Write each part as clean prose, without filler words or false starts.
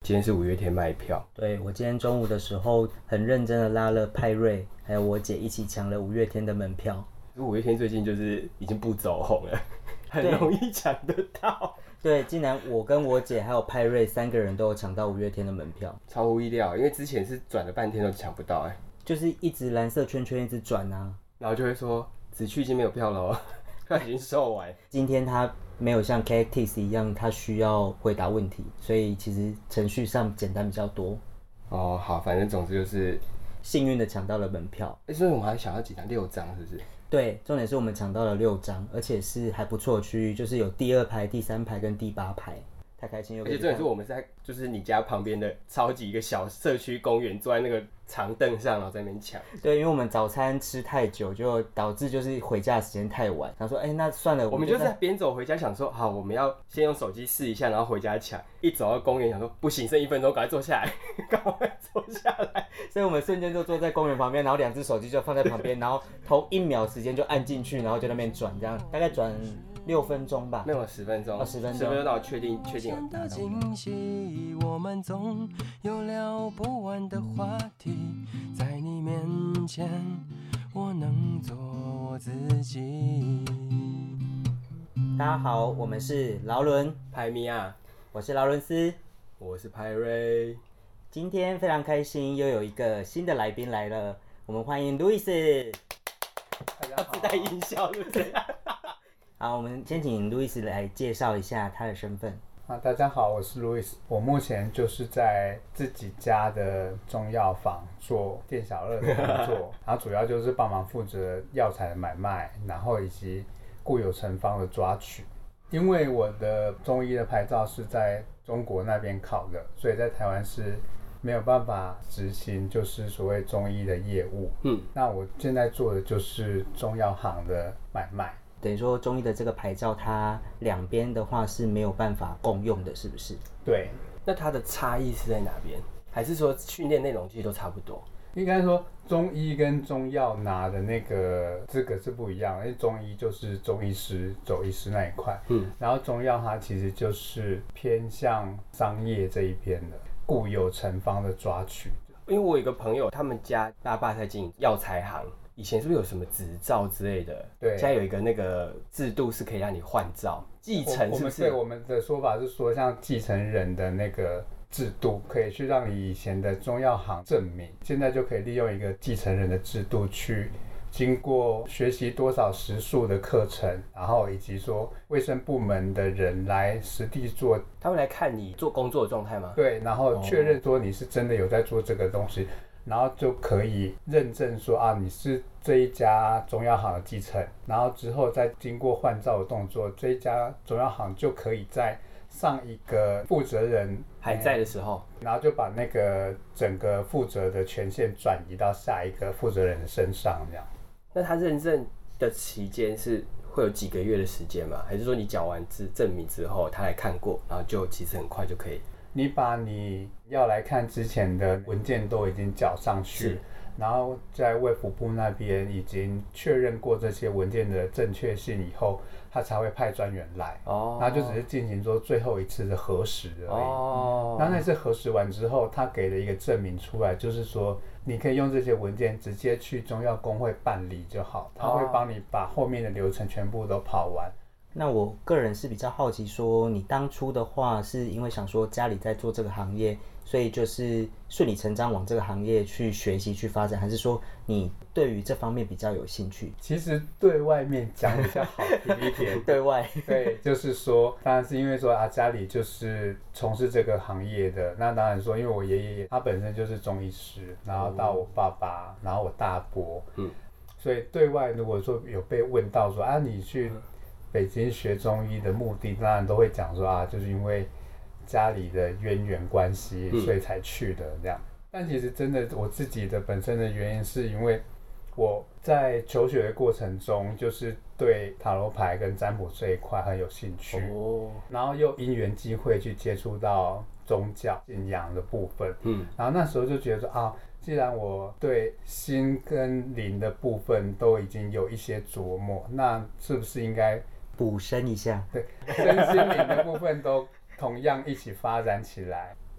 今天是五月天卖票。 对，我今天中午的时候很认真的拉了派瑞还有我姐一起抢了五月天的门票。 五月天最近就是已经不走红了，很容易抢得到。 对，竟然我跟我姐还有派瑞3个人都有抢到五月天的门票， 超乎意料，因为之前是转了半天都抢不到就是一直蓝色圈圈一直转啊， 然后就会说子旭已经没有票了哦，票已经售完。 今天他没有像 KXT 一样，他需要回答问题，所以其实程序上简单比较多。 哦，好，反正总之就是幸运的抢到了门票。 所以我们还想要几张？6张是不是？ 对，重点是我们抢到了6张，而且是还不错的区域，就是有第2排、第3排跟第8排，太开心了。 而且重点是我们是在就是你家旁边的超级一个小社区公园，坐在那个长凳上，然后在那边抢。 对，因为我们早餐吃太久，就导致就是回家的时间太晚。想说，那算了， 我们就是边走回家，想说好，我们要先用手机试一下，然后回家抢。一走到公园，想说不行，剩1分钟，赶快坐下来，赶快坐下来。 所以我们瞬间就坐在公园旁边，然后2只手机就放在旁边，然后头1秒时间就按进去，然后就在那边转，这样大概转6分钟吧。 没有10分钟 ，10分钟到确定有达到。 我们总有聊不完的话题，在你面前我能做我自己。 大家好，我们是劳伦派米亚， 我是劳伦斯， 我是派瑞。 今天非常开心，又有一个新的来宾来了，我们欢迎路易斯。 大家好，自带音效是不是？ 好，我们先请路易斯来介绍一下他的身份。 大家好，我是路易斯。我目前就是在自己家的中药房做店小二的工作，然后主要就是帮忙负责药材的买卖，然后以及固有成方的抓取。因为我的中医的牌照是在中国那边考的，所以在台湾是没有办法执行就是所谓中医的业务。那我现在做的就是中药行的买卖。 等于说中医的这个牌照，它两边的话是没有办法共用的，是不是？ 对。 那它的差异是在哪边？还是说训练内容其实都差不多？ 应该说中医跟中药拿的那个资格是不一样的，因为中医就是中医师走医师那一块，然后中药它其实就是偏向商业这一边的固有成方的抓取。 因为我有一个朋友，他们家爸在经营药材行，以前是不是有什么执照之类的？ 对， 现在有一个那个制度是可以让你换照继承，是不是？ 对，我们的说法是说，像继承人的那个制度，可以去让你以前的中药行证明，现在就可以利用一个继承人的制度去经过学习多少时数的课程，然后以及说卫生部门的人来实地做， 他会来看你做工作的状态吗？ 对，然后确认说你是真的有在做这个东西，然后就可以认证说啊，你是这一家中药行的继承，然后之后再经过换照的动作，这一家中药行就可以在上一个负责人还在的时候， 然后就把那个整个负责的权限转移到下一个负责人的身上，这样。 那他认证的期间是会有几个月的时间吗？还是说你缴完证明之后，他来看过，然后就其实很快就可以？ 你把你要来看之前的文件都已经缴上去，然后在卫福部那边已经确认过这些文件的正确性以后，他才会派专员来，然后就只是进行说最后一次的核实而已。那次核实完之后，他给了一个证明出来，就是说你可以用这些文件直接去中药工会办理就好，他会帮你把后面的流程全部都跑完。 那我个人是比较好奇说，你当初的话是因为想说家里在做这个行业，所以就是顺理成章往这个行业去学习去发展，还是说你对于这方面比较有兴趣？ 其实对外面讲比较好听一点。 对外对，就是说当然是因为说家里就是从事这个行业的，那当然说因为我爷爷他本身就是中医师，然后到我爸爸，然后我大伯，所以对外如果说有被问到说你去北京学中医的目的，当然都会讲说就是因为家里的渊源关系，所以才去的这样。但其实真的我自己的本身的原因是因为我在求学的过程中，就是对塔罗牌跟占卜这一块很有兴趣，然后又因缘际会去接触到宗教信仰的部分，然后那时候就觉得说既然我对心跟灵的部分都已经有一些琢磨，那是不是应该补身一下？ 对，身心灵的部分都同样一起发展起来。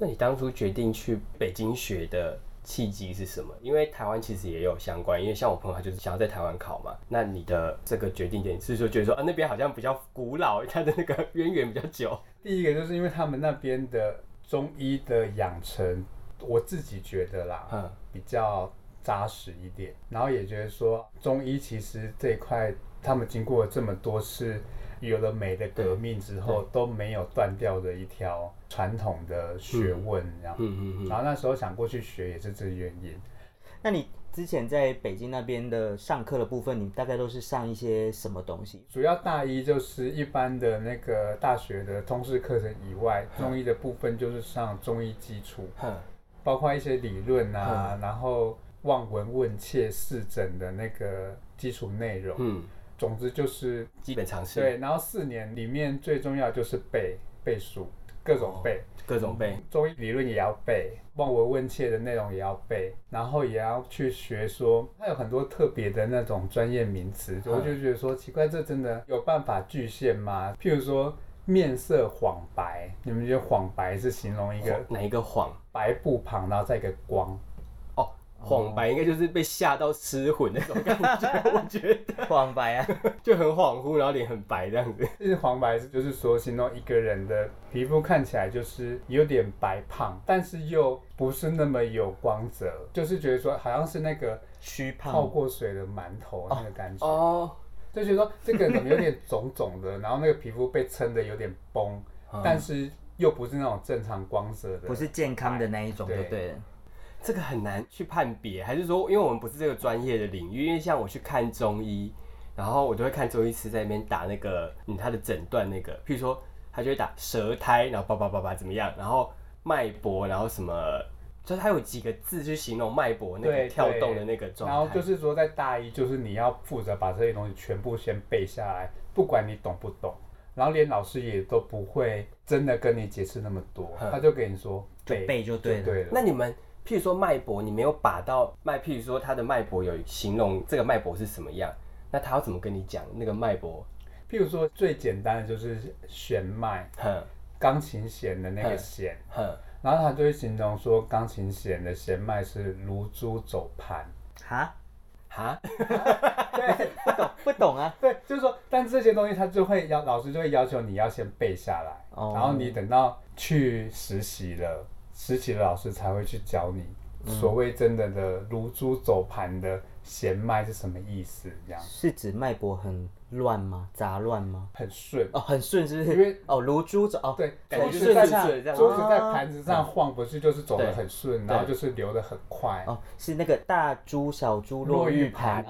那你当初决定去北京学的契机是什么？因为台湾其实也有相关，因为像我朋友他就是想要在台湾考嘛。那你的这个决定点是说觉得说那边好像比较古老，它的那个渊源比较久。 第一个就是因为他们那边的中医的养成，我自己觉得啦，比较扎实一点，然后也觉得说中医其实这一块他们经过了这么多次有了美的革命之后都没有断掉的一条传统的学问这样。然后那时候想过去学也是这个原因。 那你之前在北京那边的上课的部分，你大概都是上一些什么东西？ 主要大一就是一般的那个大学的通识课程以外，中医的部分就是上中医基础，包括一些理论啊，然后望闻问切四诊的那个基础内容。总之就是基本常识。 对，然后4年里面最重要就是背书，各种背。 各种背， 中医理论也要背，望闻问切的内容也要背，然后也要去学说，它有很多特别的那种专业名词，我就觉得说奇怪，这真的有办法具现吗？譬如说面色黄白，你们觉得黄白是形容一个哪一个黄？ 白布旁，然后再一个光。 黄白应该就是被吓到失魂那种感觉，我觉得黄白啊， 就很恍惚，然后脸很白这样子。 其实黄白就是说形容一个人的皮肤看起来就是有点白胖，但是又不是那么有光泽，就是觉得说好像是那个虚胖泡过水的馒头那个感觉。就觉得说这个人怎么有点肿肿的，然后那个皮肤被撑得有点崩，但是又不是那种正常光泽的， 不是健康的那一种，就对了。 这个很难去判别，还是说，因为我们不是这个专业的领域，因为像我去看中医，然后我都会看中医师在那边打那个他的诊断那个，譬如说他就会打舌苔，然后叭怎么样，然后脉搏，然后什么，就是他有几个字去形容脉搏那个跳动的那个状态。 然后就是说在大一，就是你要负责把这些东西全部先背下来，不管你懂不懂，然后连老师也都不会真的跟你解释那么多，他就跟你说背就对了。 那你们譬如说脉搏，你没有把到脉，譬如说他的脉搏有形容这个脉搏是什么样，那他要怎么跟你讲那个脉搏？ 譬如说最简单的就是弦脉，钢琴弦的那个弦，然后他就会形容说钢琴弦的弦脉是如珠走盘。 对，不懂啊。 对，就是说，但这些东西他就会老师就会要求你要先背下来，然后你等到去实习了老师才会去教你所谓真的如珠走盘的弦脉是什么意思，这样是指脉搏很乱吗？杂乱吗？ 很顺很顺是不是？ 因为如珠走对， 感觉就是珠子在盘子上晃，不是就是走得很顺，然后就是流得很快。 是那个大珠小珠落玉盘。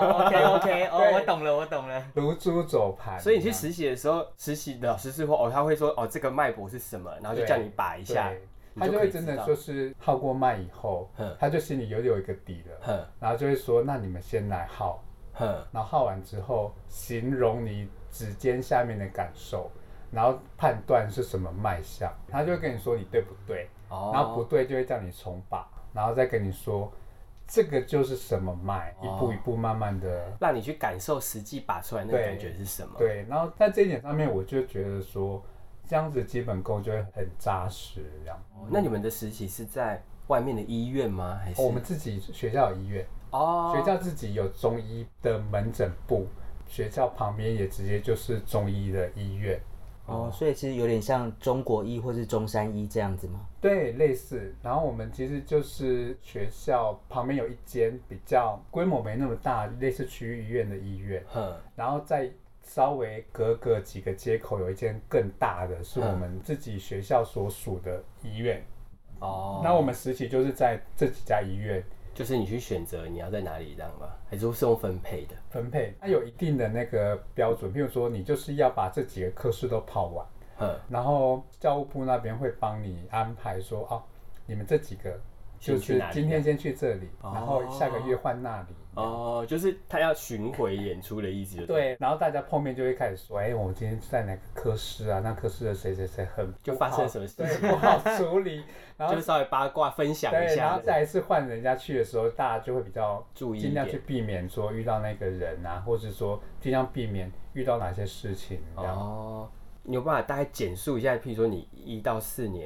OK， 我懂了。 如珠走盘。 所以你去实习的时候，实习的老师是他会说这个脉搏是什么，然后就叫你把一下。 他就会真的就是号过脉以后，他就心里有一个底了，然后就会说，那你们先来号，然后号完之后形容你指尖下面的感受，然后判断是什么脉象，他就会跟你说你对不对，然后不对就会叫你重把，然后再跟你说这个就是什么脉，一步一步慢慢的让你去感受实际把出来那个感觉是什么。 对，然后在这一点上面，我就觉得说，这样子基本功就会很扎实，这样。 那你们的实习是在外面的医院吗？还是我们自己学校有医院？学校自己有中医的门诊部，学校旁边也直接就是中医的医院。 所以其实有点像中国医或是中山医这样子吗？ 对，类似。然后我们其实就是学校旁边有一间比较规模没那么大，类似区域医院的医院。然后在稍微隔个几个街口有一间更大的，是我们自己学校所属的医院。那我们实习就是在这几家医院， 就是你去选择你要在哪里这样吗？还是是用分配的？ 分配，它有一定的那个标准，譬如说你就是要把这几个科室都跑完，然后教务部那边会帮你安排说，你们这几个就是今天先去这里，然后下个月换那里。 就是他要巡回演出的意思。 对，然后大家后面就会开始说，我们今天在哪个科室啊？那科室的谁很就发生什么事情不好处理，然后就稍微八卦分享一下。 对，然后再一次换人家去的时候，大家就会比较注意， 尽量去避免说遇到那个人啊，或者说尽量避免遇到哪些事情这样。 你有办法大概简述一下，譬如说你1到4年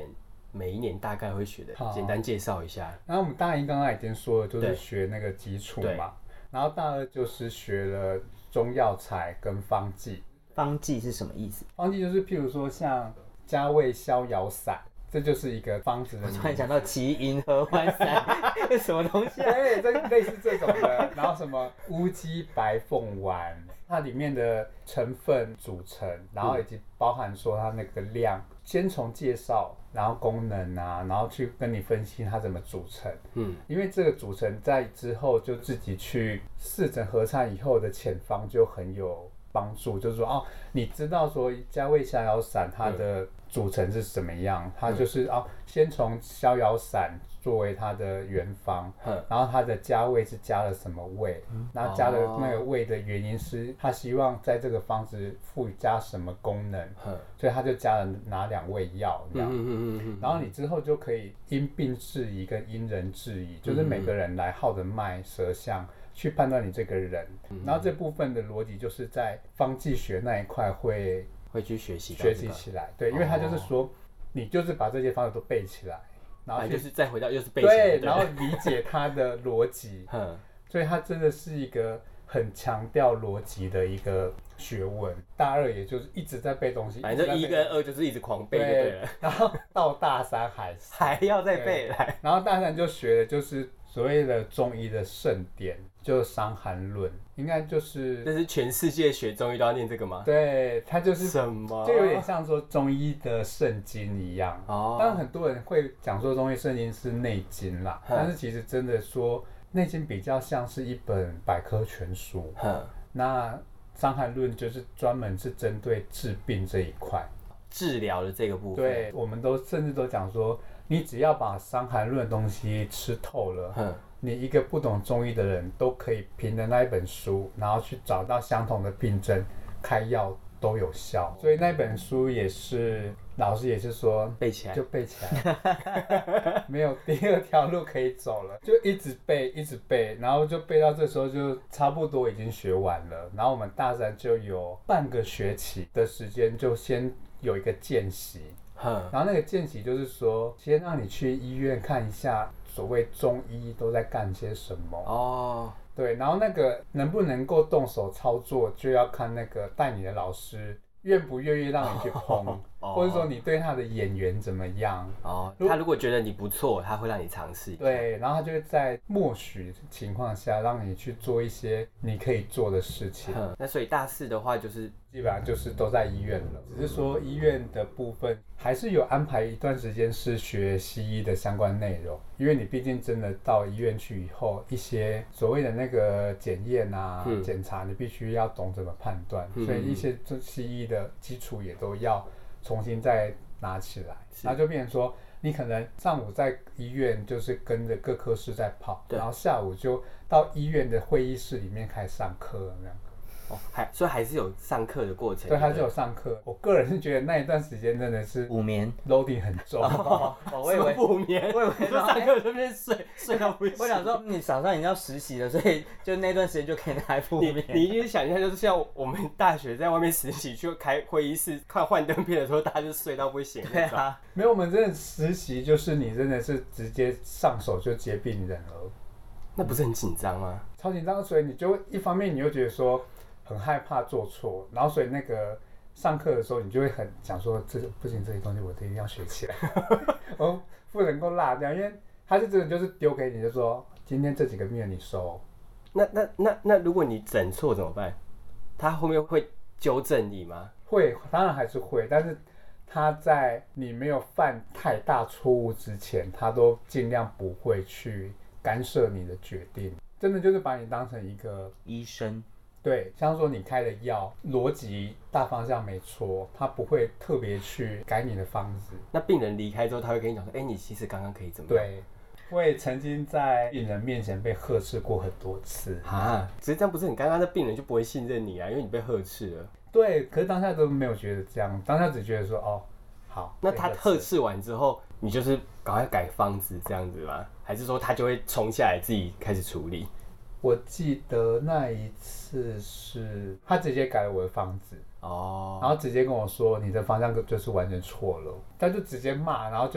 每一年大概会学的？ 好简单介绍一下。 然后我们大一刚刚已经说了，就是对学那个基础对嘛，然后大二就是学了中药材跟方剂。 方剂是什么意思？ 方剂就是譬如说像加味逍遥散，这就是一个方子的名字。 突然想到奇银合欢散，这什么东西啊？ 对，这类似这种的，然后什么乌鸡白凤丸，它里面的成分组成，然后以及包含说它那个量，先从介绍，然后功能啊，然后去跟你分析它怎么组成。因为这个组成在之后就自己去四诊合参以后的前方就很有帮助，就是说哦，你知道说加味逍遥散它的组成是什么样，它就是先从逍遥散作为它的原方，然后它的加味是加了什么味，然后加了那个味的原因是他希望在这个方子附加什么功能，所以他就加了哪2味药这样，然后你之后就可以因病制宜跟因人制宜，就是每个人来号的脉舌象去判断你这个人，然后这部分的逻辑就是在方剂学那一块会去学习起来，对，因为他就是说，你就是把这些方子都背起来，然后就是再回到又是背起来， 对，然后理解它的逻辑，所以它真的是一个很强调逻辑的一个学问。大2也就是一直在背东西， 反正1跟2就是一直狂背就对了， 然后到大3 还要再背来， 然后大3就学的就是所谓的中医的圣典，就是《伤寒论》，应该就是但是全世界学中医都要念这个吗？ 对，它就是什么， 就有点像说中医的圣经一样。当然很多人会讲说中医圣经是内经啦，但是其实真的说内经比较像是一本百科全书。那《伤寒论》就是专门是针对治病这一块， 治疗的这个部分。 对，我们甚至都讲说，你只要把《伤寒论》的东西吃透了，你一个不懂中医的人都可以凭着那一本书，然后去找到相同的病症，开药都有效。所以那本书也是老师也是说背起来就背起来，没有第2条路可以走了，就一直背一直背，然后就背到这时候就差不多已经学完了。然后我们大3就有半个学期的时间，就先有一个见习。然后那个见习就是说，先让你去医院看一下所谓中医都在干些什么。对，然后那个能不能够动手操作，就要看那个带你的老师愿不愿意让你去碰，或者说你对他的眼缘怎么样。 他如果觉得你不错，他会让你尝试一下。 对，然后他就会在默许情况下让你去做一些你可以做的事情。 那所以大4的话就是基本上就是都在医院了，只是说医院的部分还是有安排一段时间是学西医的相关内容，因为你毕竟真的到医院去以后，一些所谓的那个检验啊、检查，你必须要懂怎么判断，所以一些西医的基础也都要重新再拿起来，然后就变成说，你可能上午在医院就是跟着各科室在跑，然后下午就到医院的会议室里面开始上课那样。 所以还是有上课的过程。 对，还是有上课。我个人是觉得那一段时间真的是补眠 loading 很重。 我以为补眠， 我以为上课这边睡到不行。 我想说，你早上已经要实习了，所以就那段时间就可以拿来补眠。 你一定想一下，就是像我们大学在外面实习去开会议室看幻灯片的时候，大家就睡到不行。 对啊， 没有，我们真的实习就是你真的是直接上手就接病人了。 那不是很紧张吗？ 超紧张，所以你就一方面你又觉得说很害怕做错，然后所以那个上课的时候你就会很想说，这不行，这些东西我一定要学起来，我不能够落掉，因为他就真的就是丢给你，就说今天这几个病人你收。 那如果你诊错怎么办？他后面会纠正你吗？ 会，当然还是会，但是他在你没有犯太大错误之前，他都尽量不会去干涉你的决定，真的就是把你当成一个医生。 对，像说你开的药逻辑大方向没错，他不会特别去改你的方子。 那病人离开之后，他会跟你讲说：“你其实刚刚可以怎么样？” 对，我也曾经在病人面前被呵斥过很多次啊。只是这样不是很尴尬，那病人就不会信任你啊，因为你被呵斥了。 对，可是当下都没有觉得这样，当下只觉得说哦，好。 那他呵斥完之后，你就是赶快改方子这样子吗？还是说他就会冲下来自己开始处理？ 我记得那一次是他直接改了我的方子然后直接跟我说你的方向就是完全错了，他就直接骂，然后就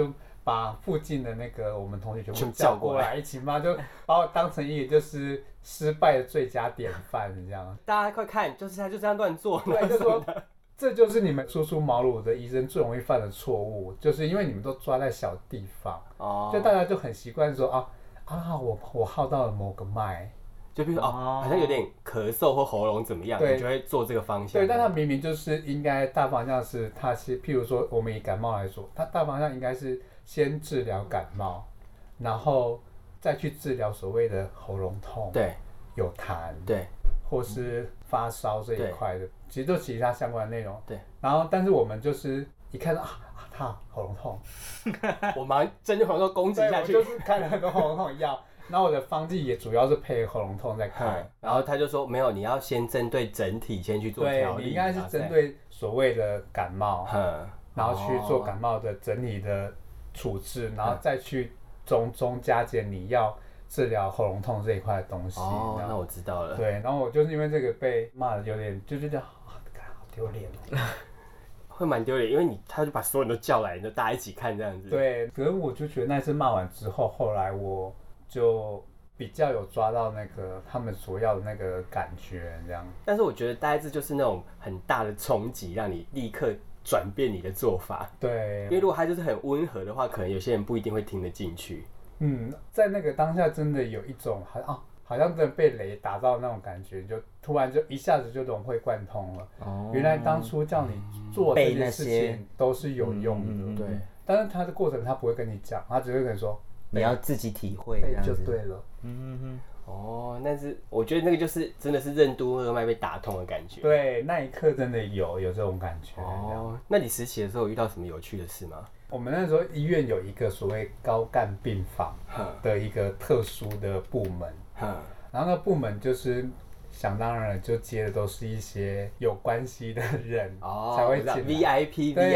把附近的那个我们同学全全部部叫过来叫过来一起骂，就把我当成一个就是失败的最佳典范这样。 大家快看，就是他就这样乱做， 对，就说这就是你们初出茅庐的医生最容易犯的错误，就是因为你们都抓在小地方，就大家就很习惯说我耗到了某个脉。 就比如说好像有点咳嗽或喉咙怎么样，你就会做这个方向。 对，但他明明就是应该大方向是，譬如说我们以感冒来说，他大方向应该是先治疗感冒，然后再去治疗所谓的喉咙痛、 对， 有痰， 对， 或是发烧这一块的，其实都其他相关的内容。 对， 然后但是我们就是一看到他喉咙痛， 我马上针对喉咙痛攻击下去， 我就是开了很多喉咙痛药。然后我的方剂也主要是配合喉咙痛在开， 然后他就说没有，你要先针对整体先去做调理， 对，你应该是针对所谓的感冒，然后去做感冒的整体的处置，然后再去中加减你要治疗喉咙痛这一块的东西。 哦，那我知道了。 对，然后我就是因为这个被骂的有点就觉得好丢脸哦。 会蛮丢脸，因为他就把所有人都叫来，就大家一起看这样子。 对，可是我就觉得那次骂完之后，后来我就比较有抓到那个他们所要的那个感觉，这样。 但是我觉得大概这就是那种很大的冲击，让你立刻转变你的做法。 对， 因为如果他就是很温和的话，可能有些人不一定会听得进去。 在那个当下真的有一种好像真的被雷打到那种感觉，就突然就一下子就融会贯通了。原来当初叫你做这件事情都是有用的。 对， 但是他的过程他不会跟你讲，他只会跟你说。 你要自己体会，这样子就对了。 但是我觉得那个就是真的是任督二脉被打通的感觉。 对，那一刻真的有这种感觉。 那你实习的时候有遇到什么有趣的事吗？ 我们那时候医院有一个所谓高干病房的一个特殊的部门，然后那部门就是想当然就接的都是一些有关系的人才会进来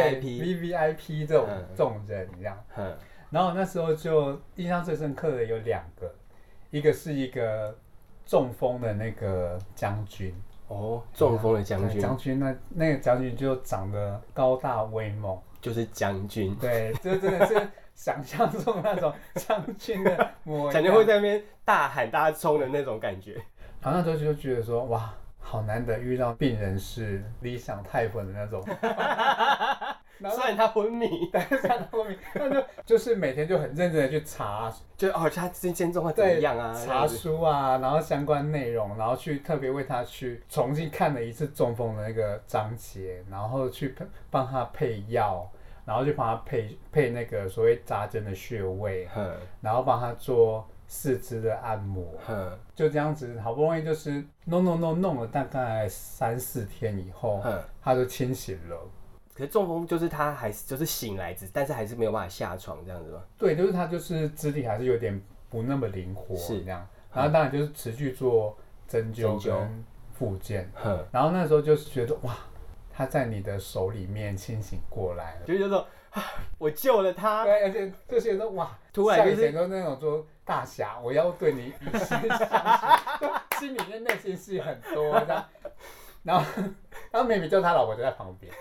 VIP 这种人这样。然后那时候就印象最深刻的有2个，一个是一个中风的那个将军。 中风的将军。 将军那个将军就长得高大威猛， 就是将军。 对，这真的是想象中那种将军的模样， 感觉会在那边大喊大家冲的那种感觉。 然后那时候就觉得说，哇，好难得遇到病人是理想太粉的那种。 虽然他昏迷， 但就是每天就很认真的去查， 就他之前状况怎么样啊？ 查书啊，然后相关内容，然后去特别为他去重新看了一次中风的那个章节，然后去帮他配药，然后去帮他配那个所谓扎针的穴位，然后帮他做四肢的按摩，就这样子，好不容易就是弄了大概3-4天以后，他就清醒了。 可是中风就是他还是就是醒来，但是还是没有办法下床这样子吗？ 对，就是他就是肢体还是有点不那么灵活这样，然后当然就是持续做针灸跟复健，然后那时候就是觉得哇，他在你的手里面清醒过来了， 就是说我救了他。 对，而且就觉得哇， 突然就是都那种说大侠，我要对你以身相许，心里面内心戏很多这样。然后明明就他老婆就在旁边，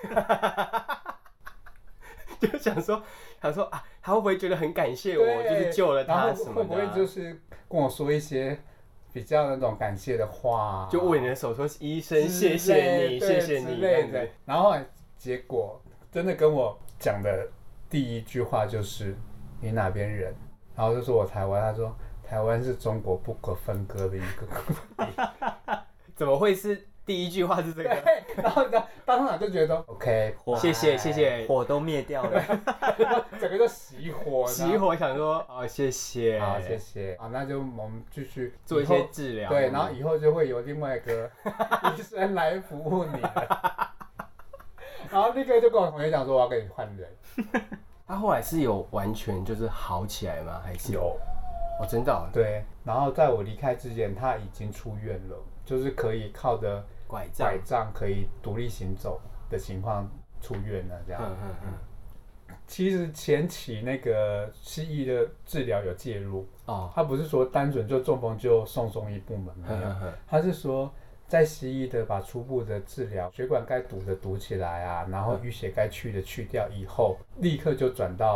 就想说啊，他会不会觉得很感谢我，就是救了他什么的？ 会不会就是跟我说一些比较那种感谢的话， 就握你的手说医生谢谢你，谢谢你之类的。然后结果真的跟我讲的第一句话就是你哪边人？然后就说我台湾，他说台湾是中国不可分割的一个国地。 怎么会是？第一句话是这个， 然后当场就觉得 OK， 谢谢， 火都灭掉了， 整个就熄火， 想说谢谢， 好谢谢，那就我们继续做一些治疗， 对，然后以后就会有另外一个医生来服务你了。然后立刻就跟我同学讲说我要跟你换人。 他后来是有完全就是好起来吗？还是有？ 真的。 对，然后在我离开之前他已经出院了。就是可以靠着拐杖可以独立行走的情况出院了，这样。其实前期那个西医的治疗有介入，他不是说单纯就中风就送中医部门没有，他是说在西医的把初步的治疗，血管该堵的堵起来啊，然后淤血该去的去掉以后，立刻就转到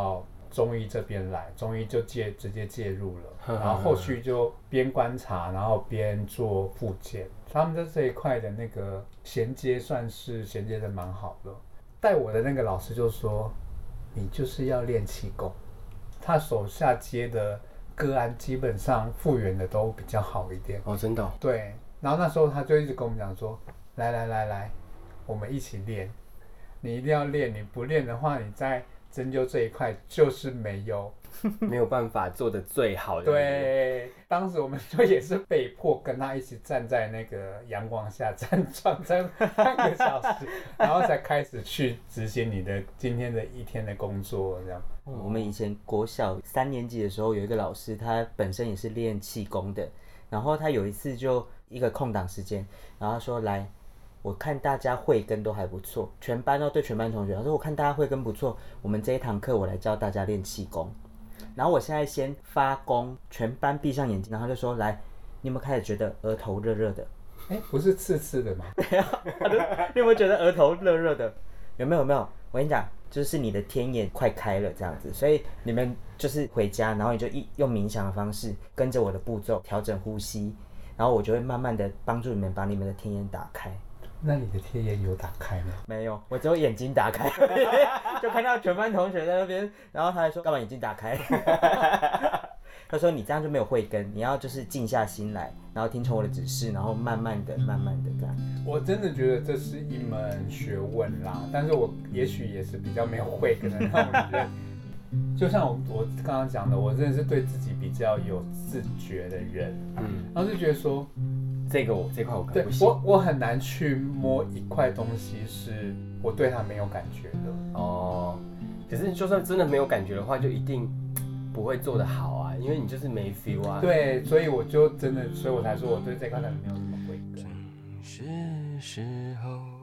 中医这边来，中医就直接介入了，然后后续就边观察，然后边做复健。他们在这一块的那个衔接算是衔接的蛮好的。带我的那个老师就说，你就是要练气功。他手下接的个案基本上复原的都比较好一点。 哦，真的哦？ 对，然后那时候他就一直跟我们讲说，来，我们一起练。你一定要练，你不练的话，你在针灸这一块就是没有办法做的最好的。 对，当时我们就也是被迫跟他一起站在那个阳光下站半个小时，然后才开始去执行你的今天的一天的工作这样。 我们以前国小3年级的时候有一个老师，他本身也是练气功的，然后他有一次就一个空档时间，然后他说来，我看大家慧根都还不错，全班对全班同学，他说我看大家慧根不错，我们这一堂课我来教大家练气功。然后我现在先发功，全班闭上眼睛，然后就说来，你有没有开始觉得额头热热的？ 不是刺刺的吗？ 对啊，你有没有觉得额头热热的？有没有？我跟你讲，就是你的天眼快开了这样子，所以你们就是回家，然后你就用冥想的方式，跟着我的步骤调整呼吸，然后我就会慢慢的帮助你们把你们的天眼打开。 那你的天眼有打开吗？ 没有，我只有眼睛打开，就看到全班同学在那边，然后他还说干嘛眼睛打开？他说你这样就没有慧根，你要就是静下心来，然后听从我的指示，然后慢慢的这样。 我真的觉得这是一门学问啦，但是我也许也是比较没有慧根的那种人。就像我刚刚讲的，我真的是对自己比较有自觉的人，然后就觉得说， 这块我可对能不行。 我很难去摸一块东西是我对它没有感觉的。 哦，可是就算真的没有感觉的话，就一定不会做得好啊，因为你就是没 feel 啊。 对，所以我就真的，所以我才说我对这块可能没有什么慧根。 正是时候